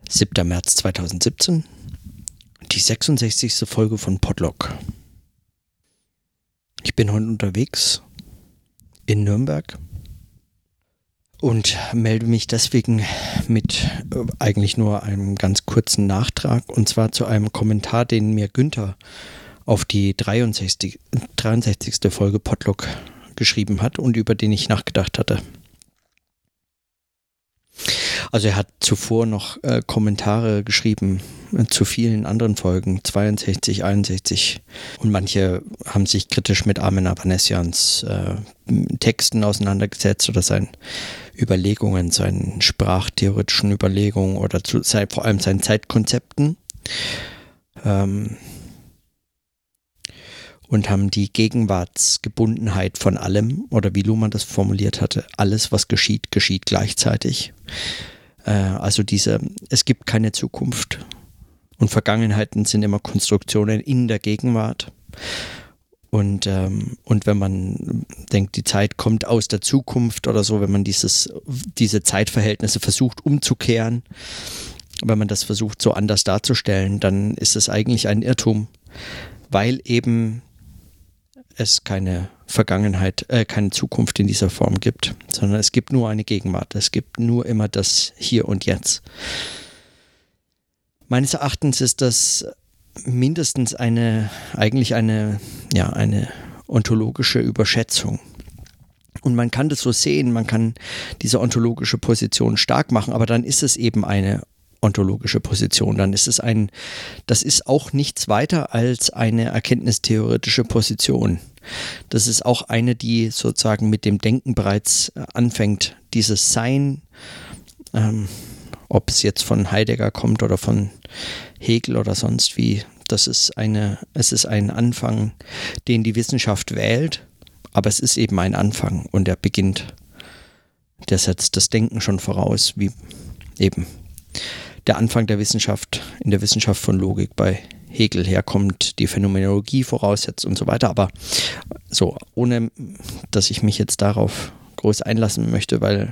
7. März 2017, die 66. Folge von Podlog. Ich bin heute unterwegs in Nürnberg und melde mich deswegen mit eigentlich nur einem ganz kurzen Nachtrag, und zwar zu einem Kommentar, den mir Günther auf die 63. Folge Podlog geschrieben hat und über den ich nachgedacht hatte. Also er hat zuvor noch Kommentare geschrieben zu vielen anderen Folgen, 62, 61. Und manche haben sich kritisch mit Armen Avanesians Texten auseinandergesetzt oder seinen Überlegungen, seinen sprachtheoretischen Überlegungen oder vor allem seinen Zeitkonzepten. Und haben die Gegenwartsgebundenheit von allem, oder wie Luhmann das formuliert hatte, alles, was geschieht, geschieht gleichzeitig. Also es gibt keine Zukunft und Vergangenheiten sind immer Konstruktionen in der Gegenwart. Und wenn man denkt, die Zeit kommt aus der Zukunft oder so, wenn man diese Zeitverhältnisse versucht umzukehren, wenn man das versucht so anders darzustellen, dann ist es eigentlich ein Irrtum, weil eben es keine Vergangenheit, keine Zukunft in dieser Form gibt, sondern es gibt nur eine Gegenwart. Es gibt nur immer das Hier und Jetzt. Meines Erachtens ist das mindestens eine ontologische Überschätzung. Und man kann das so sehen, man kann diese ontologische Position stark machen, aber dann ist es eben eine ontologische Position, dann ist das ist auch nichts weiter als eine erkenntnistheoretische Position. Das ist auch eine, die sozusagen mit dem Denken bereits anfängt. Dieses Sein, ob es jetzt von Heidegger kommt oder von Hegel oder sonst wie, es ist ein Anfang, den die Wissenschaft wählt, aber es ist eben ein Anfang und der setzt das Denken schon voraus, wie eben der Anfang der Wissenschaft, in der Wissenschaft von Logik bei Hegel herkommt, die Phänomenologie voraussetzt und so weiter. Aber so, ohne dass ich mich jetzt darauf groß einlassen möchte, weil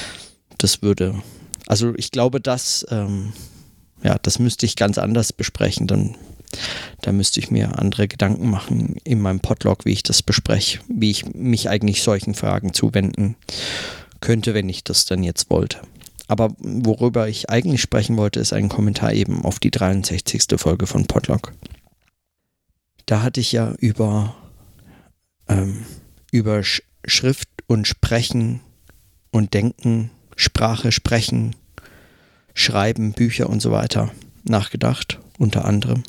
ich glaube, das müsste ich ganz anders besprechen. Da müsste ich mir andere Gedanken machen in meinem Podlog, wie ich das bespreche, wie ich mich eigentlich solchen Fragen zuwenden könnte, wenn ich das dann jetzt wollte. Aber worüber ich eigentlich sprechen wollte, ist ein Kommentar eben auf die 63. Folge von Podlog. Da hatte ich ja über Schrift und Sprechen und Denken, Sprache, Sprechen, Schreiben, Bücher und so weiter nachgedacht, unter anderem.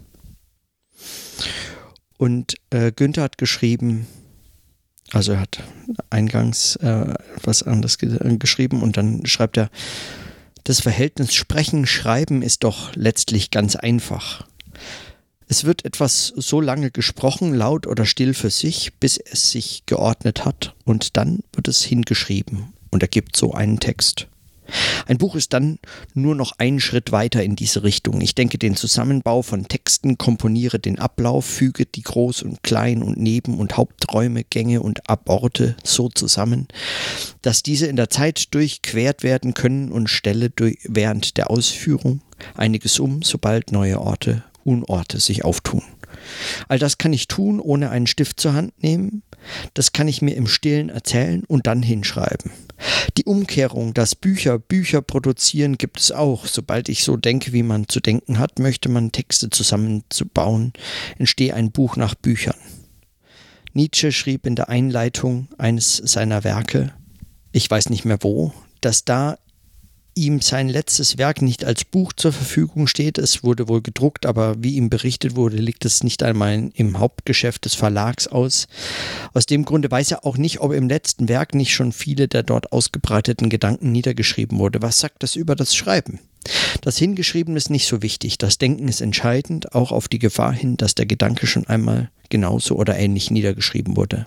Und Günther hat geschrieben, also er hat eingangs was anderes geschrieben und dann schreibt er, das Verhältnis Sprechen-Schreiben ist doch letztlich ganz einfach. Es wird etwas so lange gesprochen, laut oder still für sich, bis es sich geordnet hat und dann wird es hingeschrieben und ergibt so einen Text. Ein Buch ist dann nur noch einen Schritt weiter in diese Richtung. Ich denke den Zusammenbau von Texten, komponiere den Ablauf, füge die Groß- und Klein- und Neben- und Haupträume, Gänge und Aborte so zusammen, dass diese in der Zeit durchquert werden können und stelle während der Ausführung einiges sobald neue Unorte sich auftun. All das kann ich tun, ohne einen Stift zur Hand nehmen. Das kann ich mir im Stillen erzählen und dann hinschreiben. Die Umkehrung, dass Bücher produzieren, gibt es auch. Sobald ich so denke, wie man zu denken hat, möchte man Texte zusammenzubauen, entstehe ein Buch nach Büchern. Nietzsche schrieb in der Einleitung eines seiner Werke, ich weiß nicht mehr wo, dass da ihm sein letztes Werk nicht als Buch zur Verfügung steht. Es wurde wohl gedruckt, aber wie ihm berichtet wurde, liegt es nicht einmal im Hauptgeschäft des Verlags aus. Aus dem Grunde weiß er auch nicht, ob im letzten Werk nicht schon viele der dort ausgebreiteten Gedanken niedergeschrieben wurde. Was sagt das über das Schreiben? Das Hingeschriebene ist nicht so wichtig. Das Denken ist entscheidend, auch auf die Gefahr hin, dass der Gedanke schon einmal genauso oder ähnlich niedergeschrieben wurde.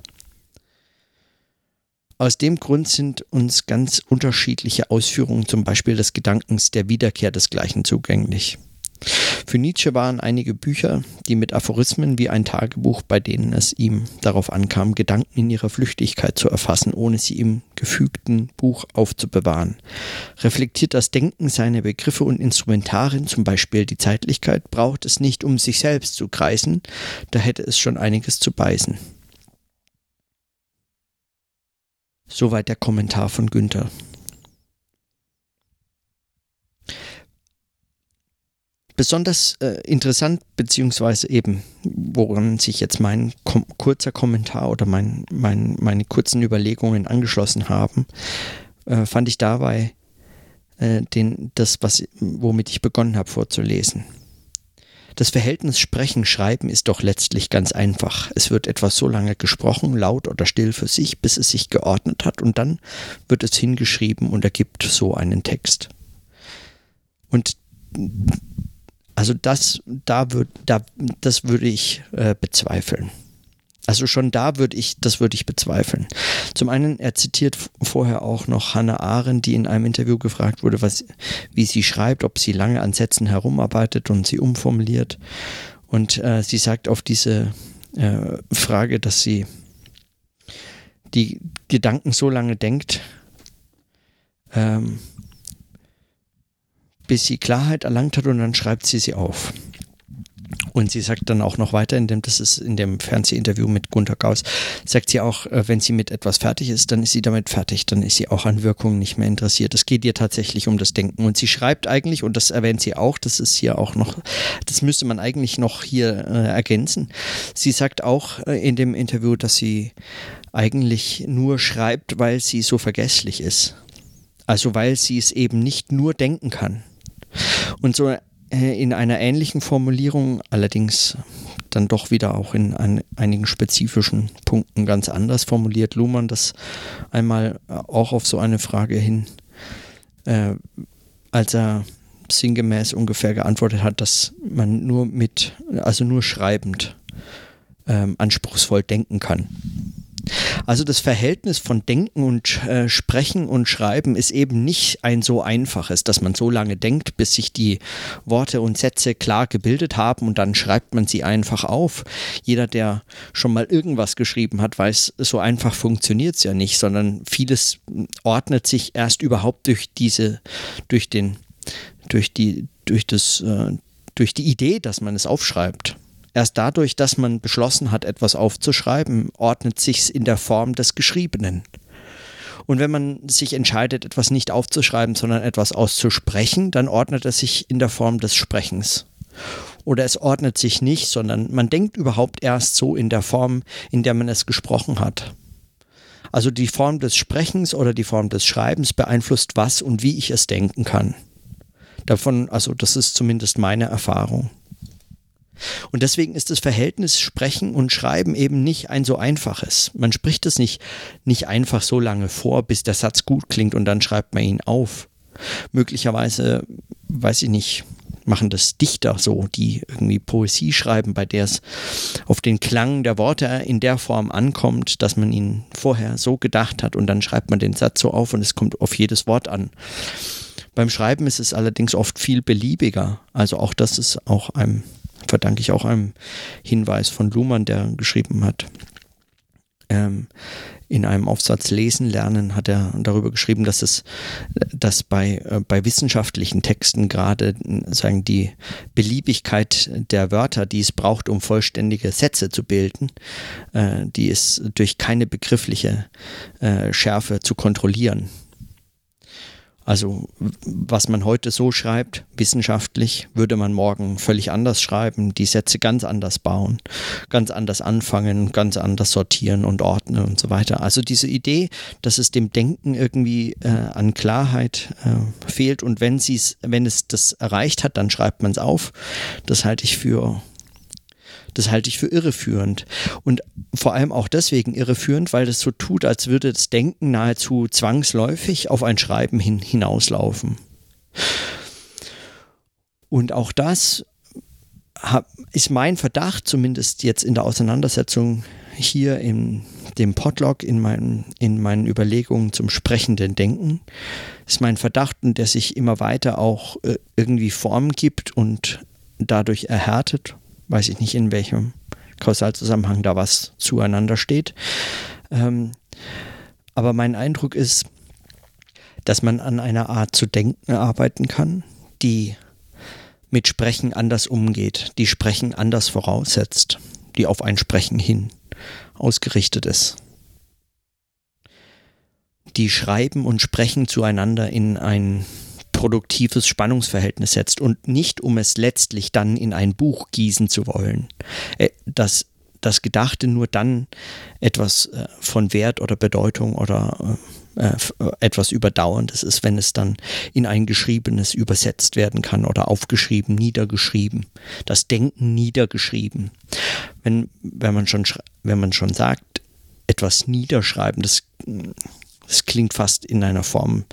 Aus dem Grund sind uns ganz unterschiedliche Ausführungen, zum Beispiel des Gedankens der Wiederkehr desgleichen zugänglich. Für Nietzsche waren einige Bücher, die mit Aphorismen wie ein Tagebuch, bei denen es ihm darauf ankam, Gedanken in ihrer Flüchtigkeit zu erfassen, ohne sie im gefügten Buch aufzubewahren. Reflektiert das Denken seine Begriffe und Instrumentarien, zum Beispiel die Zeitlichkeit, braucht es nicht, um sich selbst zu kreisen, da hätte es schon einiges zu beißen. Soweit der Kommentar von Günther. Besonders interessant, beziehungsweise eben, woran sich jetzt mein kurzer Kommentar oder meine kurzen Überlegungen angeschlossen haben, fand ich dabei womit ich begonnen habe vorzulesen. Das Verhältnis Sprechen-Schreiben ist doch letztlich ganz einfach. Es wird etwas so lange gesprochen, laut oder still für sich, bis es sich geordnet hat und dann wird es hingeschrieben und ergibt so einen Text. Und also das würde ich bezweifeln. Also schon das würde ich bezweifeln. Zum einen, er zitiert vorher auch noch Hannah Arendt, die in einem Interview gefragt wurde, wie sie schreibt, ob sie lange an Sätzen herumarbeitet und sie umformuliert. Und sie sagt auf diese Frage, dass sie die Gedanken so lange denkt, bis sie Klarheit erlangt hat und dann schreibt sie auf. Und sie sagt dann auch noch weiter, das ist in dem Fernsehinterview mit Günter Gauss, sagt sie auch, wenn sie mit etwas fertig ist, dann ist sie damit fertig, dann ist sie auch an Wirkungen nicht mehr interessiert. Es geht ihr tatsächlich um das Denken. Und sie schreibt eigentlich, und das erwähnt sie auch, das ist hier auch noch, das müsste man eigentlich noch hier ergänzen. Sie sagt auch in dem Interview, dass sie eigentlich nur schreibt, weil sie so vergesslich ist. Also weil sie es eben nicht nur denken kann. Und so in einer ähnlichen Formulierung, allerdings dann doch wieder auch in einigen spezifischen Punkten ganz anders formuliert Luhmann das einmal auch auf so eine Frage hin, als er sinngemäß ungefähr geantwortet hat, dass man nur schreibend anspruchsvoll denken kann. Also das Verhältnis von Denken und Sprechen und Schreiben ist eben nicht ein so einfaches, dass man so lange denkt, bis sich die Worte und Sätze klar gebildet haben und dann schreibt man sie einfach auf. Jeder, der schon mal irgendwas geschrieben hat, weiß, so einfach funktioniert es ja nicht, sondern vieles ordnet sich erst überhaupt durch die Idee, dass man es aufschreibt. Erst dadurch, dass man beschlossen hat, etwas aufzuschreiben, ordnet sich's in der Form des Geschriebenen. Und wenn man sich entscheidet, etwas nicht aufzuschreiben, sondern etwas auszusprechen, dann ordnet es sich in der Form des Sprechens. Oder es ordnet sich nicht, sondern man denkt überhaupt erst so in der Form, in der man es gesprochen hat. Also die Form des Sprechens oder die Form des Schreibens beeinflusst, was und wie ich es denken kann. Das ist zumindest meine Erfahrung. Und deswegen ist das Verhältnis Sprechen und Schreiben eben nicht ein so einfaches. Man spricht es nicht einfach so lange vor, bis der Satz gut klingt und dann schreibt man ihn auf. Möglicherweise, weiß ich nicht, machen das Dichter so, die irgendwie Poesie schreiben, bei der es auf den Klang der Worte in der Form ankommt, dass man ihn vorher so gedacht hat und dann schreibt man den Satz so auf und es kommt auf jedes Wort an. Beim Schreiben ist es allerdings oft viel beliebiger. Also auch das ist verdanke ich auch einem Hinweis von Luhmann, der geschrieben hat, in einem Aufsatz Lesen lernen hat er darüber geschrieben, dass bei wissenschaftlichen Texten gerade sagen die Beliebigkeit der Wörter, die es braucht, um vollständige Sätze zu bilden, die ist durch keine begriffliche Schärfe zu kontrollieren. Also was man heute so schreibt, wissenschaftlich, würde man morgen völlig anders schreiben, die Sätze ganz anders bauen, ganz anders anfangen, ganz anders sortieren und ordnen und so weiter. Also diese Idee, dass es dem Denken irgendwie an Klarheit fehlt und wenn es das erreicht hat, dann schreibt man es auf, das halte ich für irreführend. Und vor allem auch deswegen irreführend, weil das so tut, als würde das Denken nahezu zwangsläufig auf ein Schreiben hinauslaufen. Und auch das ist mein Verdacht, zumindest jetzt in der Auseinandersetzung hier in dem Podlog, in meinen Überlegungen zum sprechenden Denken, ist mein Verdacht, der sich immer weiter auch irgendwie Form gibt und dadurch erhärtet. Weiß ich nicht, in welchem Kausalzusammenhang da was zueinander steht. Aber mein Eindruck ist, dass man an einer Art zu denken arbeiten kann, die mit Sprechen anders umgeht, die Sprechen anders voraussetzt, die auf ein Sprechen hin ausgerichtet ist. Die Schreiben und Sprechen zueinander in ein produktives Spannungsverhältnis setzt und nicht, um es letztlich dann in ein Buch gießen zu wollen. Das Gedachte nur dann etwas von Wert oder Bedeutung oder etwas Überdauerndes ist, wenn es dann in ein Geschriebenes übersetzt werden kann oder aufgeschrieben, niedergeschrieben. Das Denken niedergeschrieben. Wenn man schon sagt, etwas niederschreiben, das klingt fast in einer Form,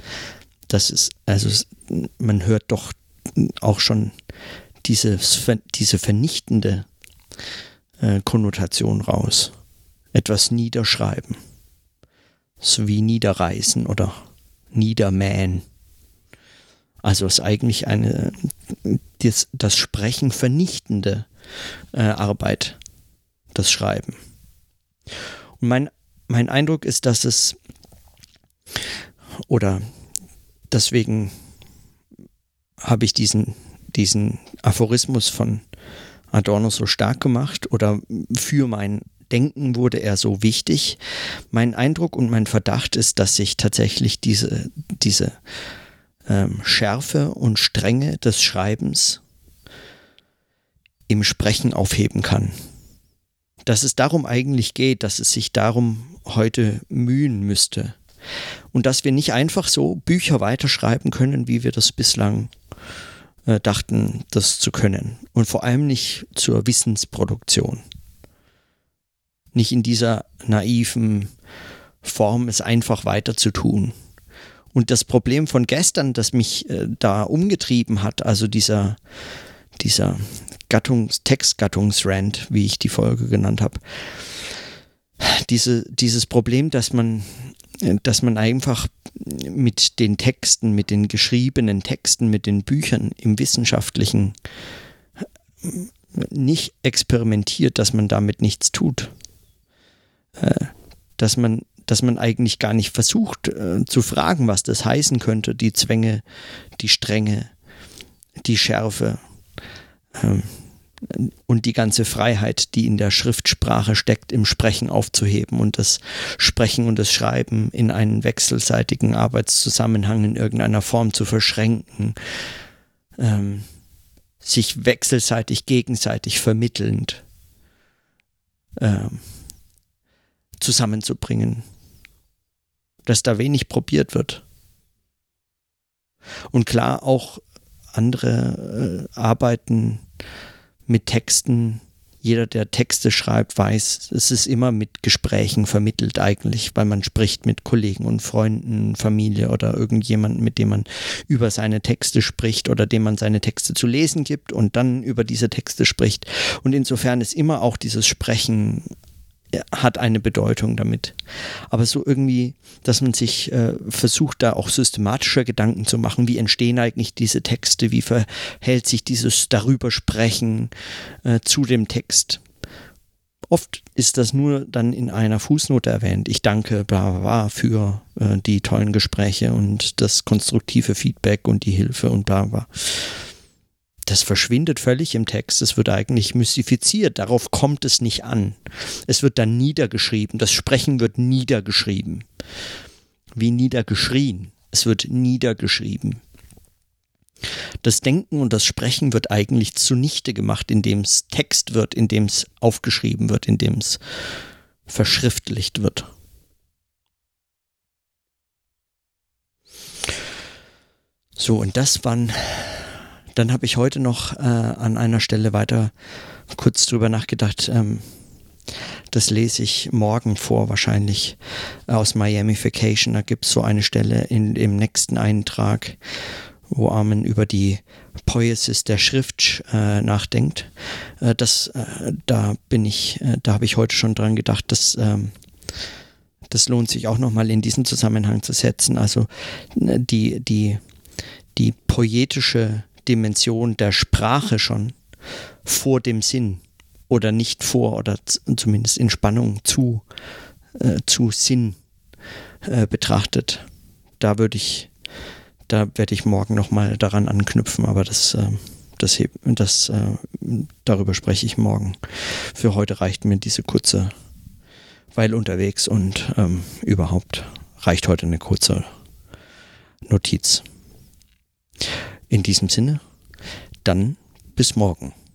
man hört doch auch schon diese vernichtende Konnotation raus. Etwas niederschreiben. So wie niederreißen oder niedermähen. Also ist eigentlich das Sprechen vernichtende Arbeit, das Schreiben. Und mein Eindruck ist, dass es, oder deswegen habe ich diesen Aphorismus von Adorno so stark gemacht, oder für mein Denken wurde er so wichtig. Mein Eindruck und mein Verdacht ist, dass sich tatsächlich diese Schärfe und Strenge des Schreibens im Sprechen aufheben kann. Dass es darum eigentlich geht, dass es sich darum heute mühen müsste. Und dass wir nicht einfach so Bücher weiterschreiben können, wie wir das bislang dachten, das zu können. Und vor allem nicht zur Wissensproduktion. Nicht in dieser naiven Form, es einfach weiter zu tun. Und das Problem von gestern, das mich da umgetrieben hat, also dieser Textgattungsrand, wie ich die Folge genannt habe, dieses Problem, dass man einfach mit den Texten, mit den geschriebenen Texten, mit den Büchern im Wissenschaftlichen nicht experimentiert, dass man damit nichts tut. Dass man eigentlich gar nicht versucht zu fragen, was das heißen könnte, die Zwänge, die Strenge, die Schärfe und die ganze Freiheit, die in der Schriftsprache steckt, im Sprechen aufzuheben und das Sprechen und das Schreiben in einen wechselseitigen Arbeitszusammenhang in irgendeiner Form zu verschränken, sich wechselseitig, gegenseitig vermittelnd zusammenzubringen, dass da wenig probiert wird. Und klar, auch andere Arbeiten mit Texten, jeder, der Texte schreibt, weiß, es ist immer mit Gesprächen vermittelt eigentlich, weil man spricht mit Kollegen und Freunden, Familie oder irgendjemandem, mit dem man über seine Texte spricht oder dem man seine Texte zu lesen gibt und dann über diese Texte spricht. Und insofern ist immer auch dieses Sprechen hat eine Bedeutung damit. Aber so irgendwie, dass man sich versucht, da auch systematischer Gedanken zu machen, wie entstehen eigentlich diese Texte, wie verhält sich dieses darüber Sprechen zu dem Text. Oft ist das nur dann in einer Fußnote erwähnt. Ich danke bla bla bla für die tollen Gespräche und das konstruktive Feedback und die Hilfe und bla bla. Das verschwindet völlig im Text. Es wird eigentlich mystifiziert. Darauf kommt es nicht an. Es wird dann niedergeschrieben. Das Sprechen wird niedergeschrieben. Wie niedergeschrien. Es wird niedergeschrieben. Das Denken und das Sprechen wird eigentlich zunichte gemacht, indem es Text wird, indem es aufgeschrieben wird, indem es verschriftlicht wird. So, und das waren... Dann habe ich heute noch an einer Stelle weiter kurz drüber nachgedacht. Das lese ich morgen vor, wahrscheinlich aus Miamification. Da gibt es so eine Stelle im nächsten Eintrag, wo Armin über die Poiesis der Schrift nachdenkt. Da habe ich heute schon dran gedacht, dass das lohnt sich auch nochmal in diesen Zusammenhang zu setzen. Also die poetische Dimension der Sprache schon vor dem Sinn oder nicht vor oder zumindest in Spannung zu Sinn betrachtet. Da werde ich morgen nochmal daran anknüpfen, aber darüber spreche ich morgen. Für heute reicht mir diese kurze Weil unterwegs und überhaupt reicht heute eine kurze Notiz. In diesem Sinne, dann bis morgen.